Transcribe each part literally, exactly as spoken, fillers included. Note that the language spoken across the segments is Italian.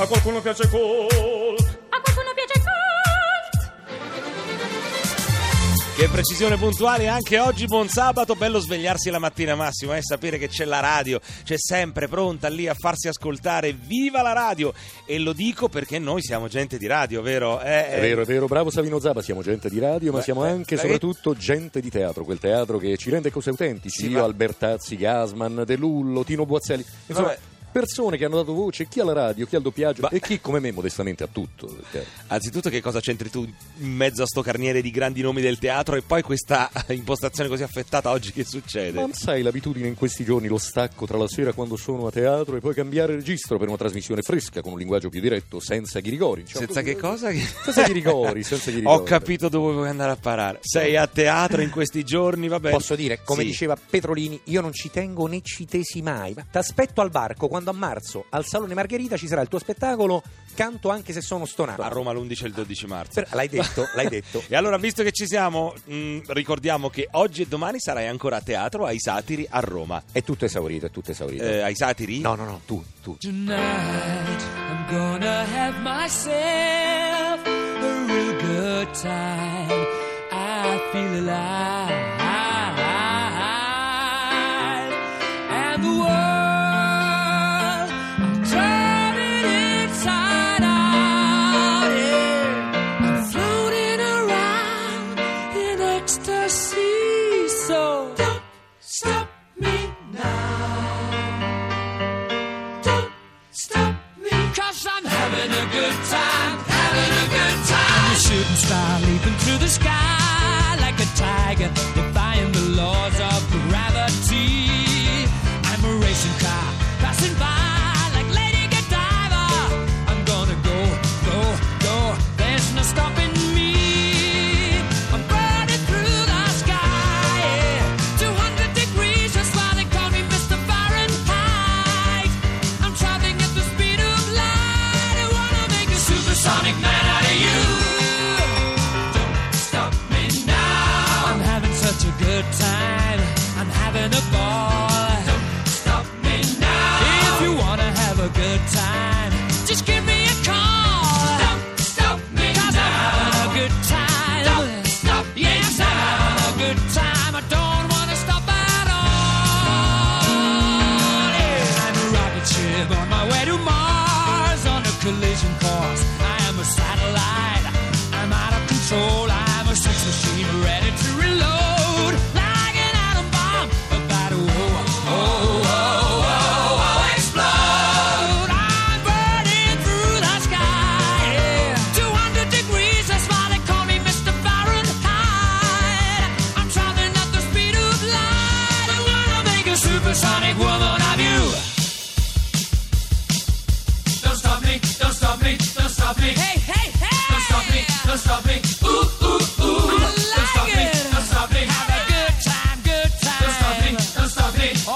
A qualcuno piace Colt. A qualcuno piace Colt. Che precisione puntuale anche oggi, buon sabato, bello svegliarsi la mattina, Massimo, e eh, sapere che c'è la radio, c'è sempre pronta lì a farsi ascoltare, viva la radio! E lo dico perché noi siamo gente di radio, vero? Eh, è vero, è vero, bravo Savino Zaba, siamo gente di radio, ma beh, siamo anche e eh, soprattutto gente di teatro, quel teatro che ci rende cose autentici, sì, io, ma... Albertazzi, Gasman, De Lullo, Tino Buazzelli, insomma... Vabbè. Persone che hanno dato voce, chi alla radio, chi al doppiaggio, ma... e chi come me modestamente a tutto. Anzitutto, che cosa c'entri tu in mezzo a sto carniere di grandi nomi del teatro e poi questa impostazione così affettata oggi, che succede? Ma sai l'abitudine in questi giorni, lo stacco tra la sera quando sono a teatro e poi cambiare registro per una trasmissione fresca con un linguaggio più diretto, senza ghirigori. Cioè, senza che cosa? Senza ghirigori, senza ghirigori. Ho capito dove vuoi andare a parare. Sei a teatro in questi giorni, va bene. Posso dire, come sì. diceva Petrolini, io non ci tengo né ci tesi mai. T'aspetto al varco quando a marzo al Salone Margherita ci sarà il tuo spettacolo Canto anche se sono stonato. A Roma l'undici e il dodici marzo. L'hai detto, l'hai detto. E allora, visto che ci siamo, mh, ricordiamo che oggi e domani sarai ancora a teatro ai Satiri a Roma. È tutto esaurito, è tutto esaurito. Eh, ai Satiri? No, no, no, tu, tu. Tonight I'm gonna have myself a real good time. I feel alive. And the world shooting star leaping through the sky like a tiger, defying the laws of gravity. I'm a racing car passing by like Lady Godiva. I'm gonna go, go, go. There's no stopping me. I'm burning through the sky, yeah. two hundred degrees, that's why they call me Mister Fahrenheit. I'm traveling at the speed of light. I wanna make a supersonic man out of you. Such a good time, I'm having a ball. Don't stop me now. If you wanna have a good time, just give me a call. Don't stop me 'cause now. I'm having a good time. Don't stop me yes, now. I'm having a good time. I don't wanna stop at all. Yeah. I'm a rocket ship on my way to Mars on a collision course. I am a satellite. I'm out of control. I'm a sex machine ready to reload. Supersonic woman of you. Don't stop me, don't stop me, don't stop me. Hey, hey, hey. Don't stop me, don't stop me. Ooh, ooh, ooh. I like don't stop it. me, don't stop me. Have a good time, good time. Don't stop me, don't stop me. Oh.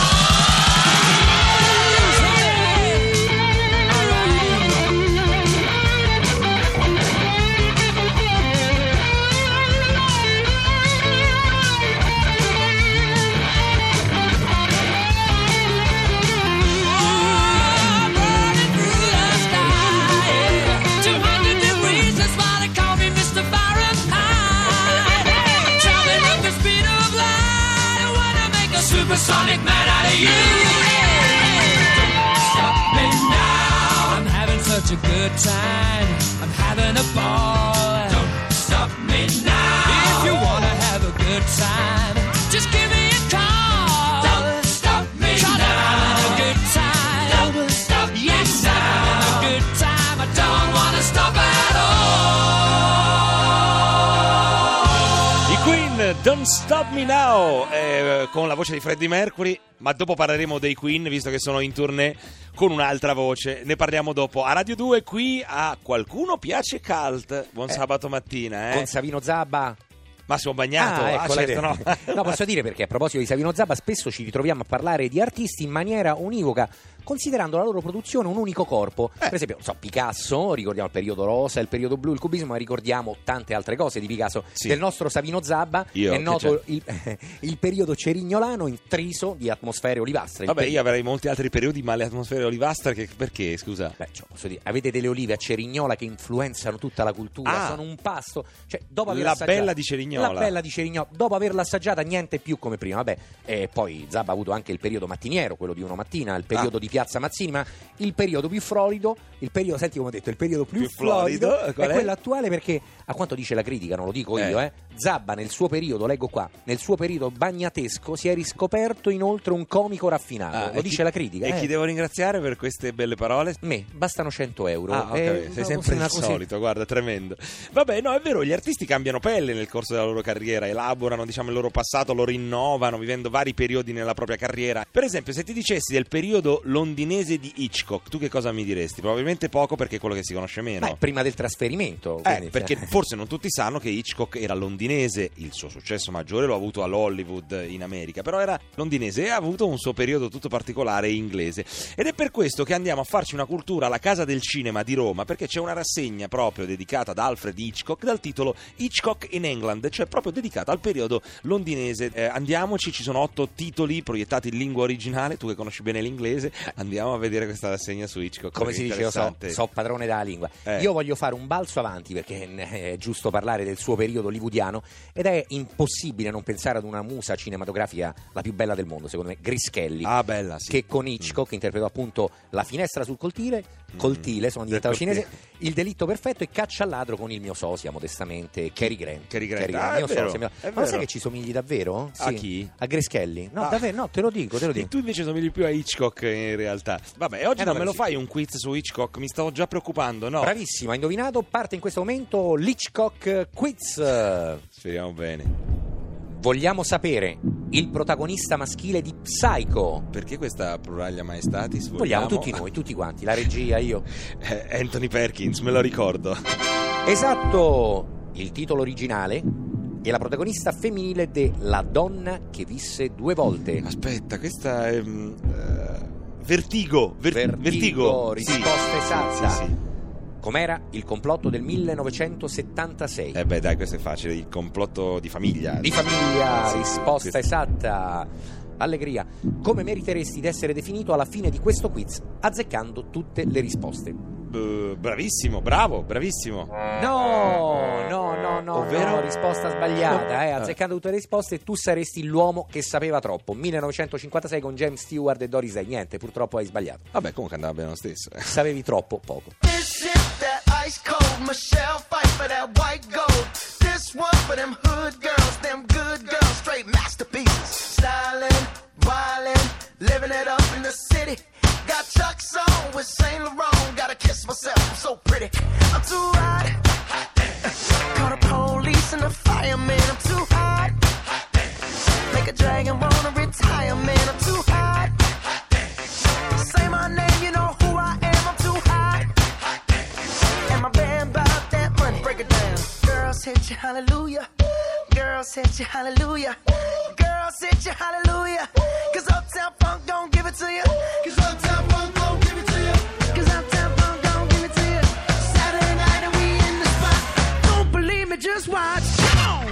Supersonic man out of you. Don't stop me now. I'm having such a good time. I'm having a ball. Don't stop me now. If you wanna have a good time, just give me a call. Don't stop me now. I'm having a good time. Don't stop me yes, now. I'm having a good time. I don't wanna stop at all. I Queen, Don't Stop Me Now, eh, con la voce di Freddie Mercury, ma dopo parleremo dei Queen, visto che sono in tournée con un'altra voce. Ne parliamo dopo. A Radio due, qui a Qualcuno Piace Cult. Buon eh, sabato mattina, eh. Con Savino Zaba. Massimo Bagnato. Ah, ecco, ah, certo, no. no, posso dire perché a proposito di Savino Zaba spesso ci ritroviamo a parlare di artisti in maniera univoca, considerando la loro produzione un unico corpo. Eh. Per esempio, non so, Picasso, ricordiamo il periodo rosa, il periodo blu, il cubismo, ma ricordiamo tante altre cose di Picasso. Sì. Del nostro Savino Zabba Io, è che noto c'è? il, il periodo cerignolano intriso di atmosfere olivastre. Il Vabbè, periodo- io avrei molti altri periodi, ma le atmosfere olivastre che, perché, scusa? Beh, cioè, posso dire, avete delle olive a Cerignola che influenzano tutta la cultura, Ah. sono un pasto. Cioè, dopo averla La assaggiata- bella di Cerignola. La bella di Cerignola, dopo averla assaggiata, niente più come prima. Vabbè, e poi Zabba ha avuto anche il periodo mattiniero, quello di una mattina, il periodo Ah. di Piazza Mazzini, ma il periodo più florido, il periodo, senti come ho detto, il periodo più, Più florido, florido qual è è? quello attuale, perché a quanto dice la critica, non lo dico Eh. io, eh, Zabba nel suo periodo, leggo qua, nel suo periodo bagnatesco si è riscoperto inoltre un comico raffinato. Ah, lo e dice chi- la critica. E eh. chi devo ringraziare per queste belle parole? Me, bastano cento euro. Ah, ok, Eh, sei no, sempre una il così. solito, guarda, tremendo. Vabbè, no, è vero, gli artisti cambiano pelle nel corso della loro carriera, elaborano, diciamo, il loro passato, lo rinnovano, vivendo vari periodi nella propria carriera. Per esempio, se ti dicessi del periodo londinese di Hitchcock, tu che cosa mi diresti? Probabilmente poco, perché è quello che si conosce meno. Beh, prima del trasferimento. Eh, quindi- perché forse non tutti sanno che Hitchcock era londinese, il suo successo maggiore lo ha avuto all'Hollywood in America, però era londinese e ha avuto un suo periodo tutto particolare inglese. Ed è per questo che andiamo a farci una cultura alla Casa del Cinema di Roma, perché c'è una rassegna proprio dedicata ad Alfred Hitchcock dal titolo Hitchcock in England, cioè proprio dedicata al periodo londinese. Eh, andiamoci, ci sono otto titoli proiettati in lingua originale, tu che conosci bene l'inglese, andiamo a vedere questa rassegna su Hitchcock. come che si è dice, io so, interessante. so padrone della lingua. Eh. Io voglio fare un balzo avanti, perché è giusto parlare del suo periodo hollywoodiano, ed è impossibile non pensare ad una musa cinematografica la più bella del mondo, secondo me, Grischelli. Ah, bella, sì. Che con Hitchcock interpretò appunto La finestra sul coltile, coltile, sono diventato Del cinese, Il delitto perfetto e Caccia al ladro con il mio sosia, modestamente, Cary Grant. Cary Grant. Grant, Ah, è mio vero, sosia, mio- è Ma lo sai vero. che ci somigli davvero? A Sì. chi? A Grischelli. No, Ah. davvero, no, te lo dico, te lo dico. Tu invece somigli più a Hitchcock in realtà. Vabbè, oggi Eh, non vabbè, me lo sì. fai un quiz su Hitchcock? Mi stavo già preoccupando, no? Bravissimo, hai indovinato. Parte in questo momento l'Hitchcock Quiz. Speriamo bene. Vogliamo sapere il protagonista maschile di Psycho. Perché questa pluraglia maestatis? Vogliamo tutti noi, tutti quanti, la regia, io. Eh, Anthony Perkins, me lo ricordo. Esatto, il titolo originale è la protagonista femminile de La donna che visse due volte. Aspetta, questa è... mm, eh, Vertigo. Ver- Vertigo, Vertigo. risposta sì. esatta. Sì, sì. Com'era il complotto del millenovecentosettantasei? Eh beh, dai, questo è facile. Il complotto di famiglia. Di famiglia, Sì, risposta questo- esatta. Allegria. Come meriteresti di essere definito alla fine di questo quiz, azzeccando tutte le risposte? Eh, bravissimo, bravo, bravissimo. No, no, no, no, Ovvero? no, risposta sbagliata, eh. Ah. Azzeccando tutte le risposte, tu saresti l'uomo che sapeva troppo. millenovecentocinquantasei con James Stewart e Doris Day. Niente, purtroppo hai sbagliato. Vabbè, comunque andava bene lo stesso. eh. Sapevi troppo poco. This is that ice cold Michelle fight for that white gold. This one for them hood girls, them good girls, straight masterpieces. Stylin', wildin', living it up in the city. Got Chuck's on with Saint Laurent. Gotta kiss myself, I'm so pretty. I'm too hot. Call the police and the fireman. I'm too hot. Make a dragon wanna retire, man. I'm too hot. Say my name, you know who I am. I'm too hot. And my band bought that money. Break it down. Girls hit you, hallelujah. Girls hit you, hallelujah. Girls hit you, hallelujah. Cause Uptown Funk don't give it to you. Cause Uptown Funk don't give it to you. Cause Uptown Funk don't give it to you. Saturday night and we in the spot. Don't believe me, just watch. Come on.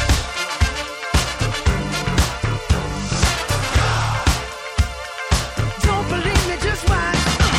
Don't believe me, just watch.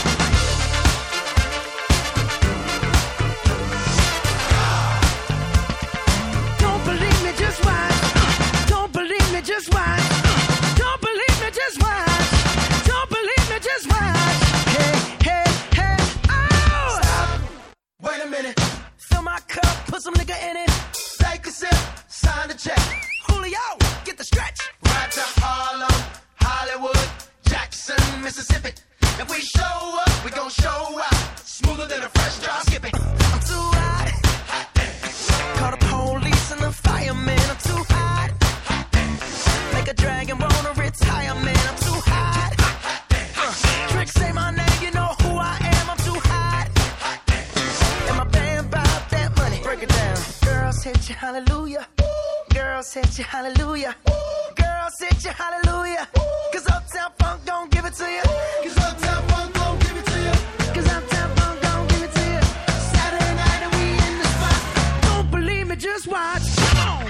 Don't believe me, just watch. Don't believe me, just watch. Don't believe me, just watch. Don't believe me, just watch. Hey, hey, hey, oh! Stop. Wait a minute. Fill my cup, put some nigga in it. Take a sip, sign the check. Julio, get the stretch. Right to Harlem, Hollywood, Jackson, Mississippi. If we show up, we gon' show out. Smoother than a fresh drop. Skip it. I'm too hot. Call the police and the fireman. I'm too hot. Make a dragon wanna retire, man. I'm too hot. Uh, Trick say my name, you know who I am. I'm too hot. And my band bought that money. Break it down. Girls hit you, hallelujah. Girls hit you, hallelujah. Girls y'all sit your hallelujah. Cause Uptown Funk don't give it to you. Cause Uptown Funk don't give it to you. Cause Uptown Funk don't give it to you. Saturday night and we in the spot. Don't believe me, just watch. Come on.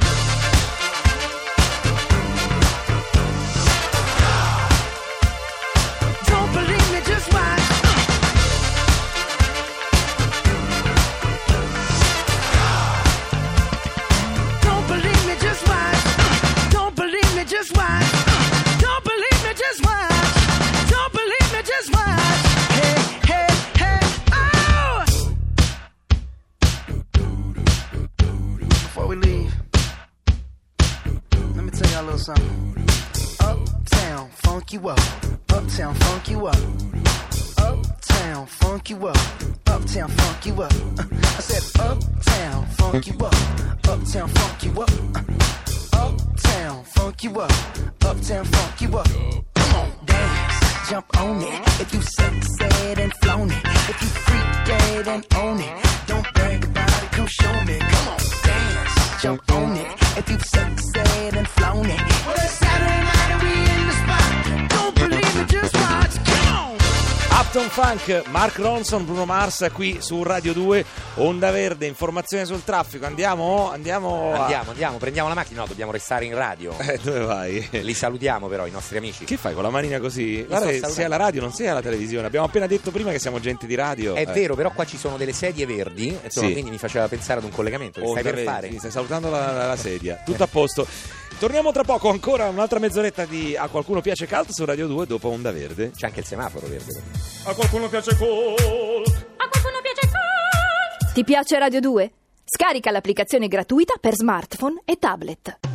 Don't believe me, just watch. Don't believe me, just watch. Don't believe me, just watch. Don't believe me, just watch. Don't believe me, just watch. Hey, hey, hey, oh! Before we leave, let me tell y'all a little something. Uptown, funk you up. Uptown, funk you up. Uptown, funk you up. Uptown, funk you up. Uh, I said uptown, funk you up. Uptown, funk you up. Uh, uptown, funk you up. Uptown, funk you up. Come on, dance, jump on it. If you sexed and flown it. If you freak dead and own it. Don't brag about it, come show me. Come on, dance, jump on it. If you sexed and flown it. Well, it's Saturday night and we in the spot. Don't believe it, just watch. Come on. Uptown Funk, Mark Ronson, Bruno Mars qui su Radio due, Onda Verde, informazione sul traffico. Andiamo? Andiamo? A... Andiamo, andiamo, prendiamo la macchina. No, dobbiamo restare in radio. Eh, dove vai? Li salutiamo però, i nostri amici. Che fai con la manina così? Guarda, sei alla radio, non sei alla televisione. Abbiamo appena detto prima che siamo gente di radio. È eh. vero, però qua ci sono delle sedie verdi, insomma, sì. Quindi mi faceva pensare ad un collegamento che Onda stai per Verde, fare. sì, stai salutando la, la, la sedia. Tutto a posto. Torniamo tra poco, ancora un'altra mezz'oretta di A qualcuno piace Cult su Radio due dopo Onda Verde. C'è anche il semaforo verde. A qualcuno piace Colt. A qualcuno piace Colt. Ti piace Radio due? Scarica l'applicazione gratuita per smartphone e tablet.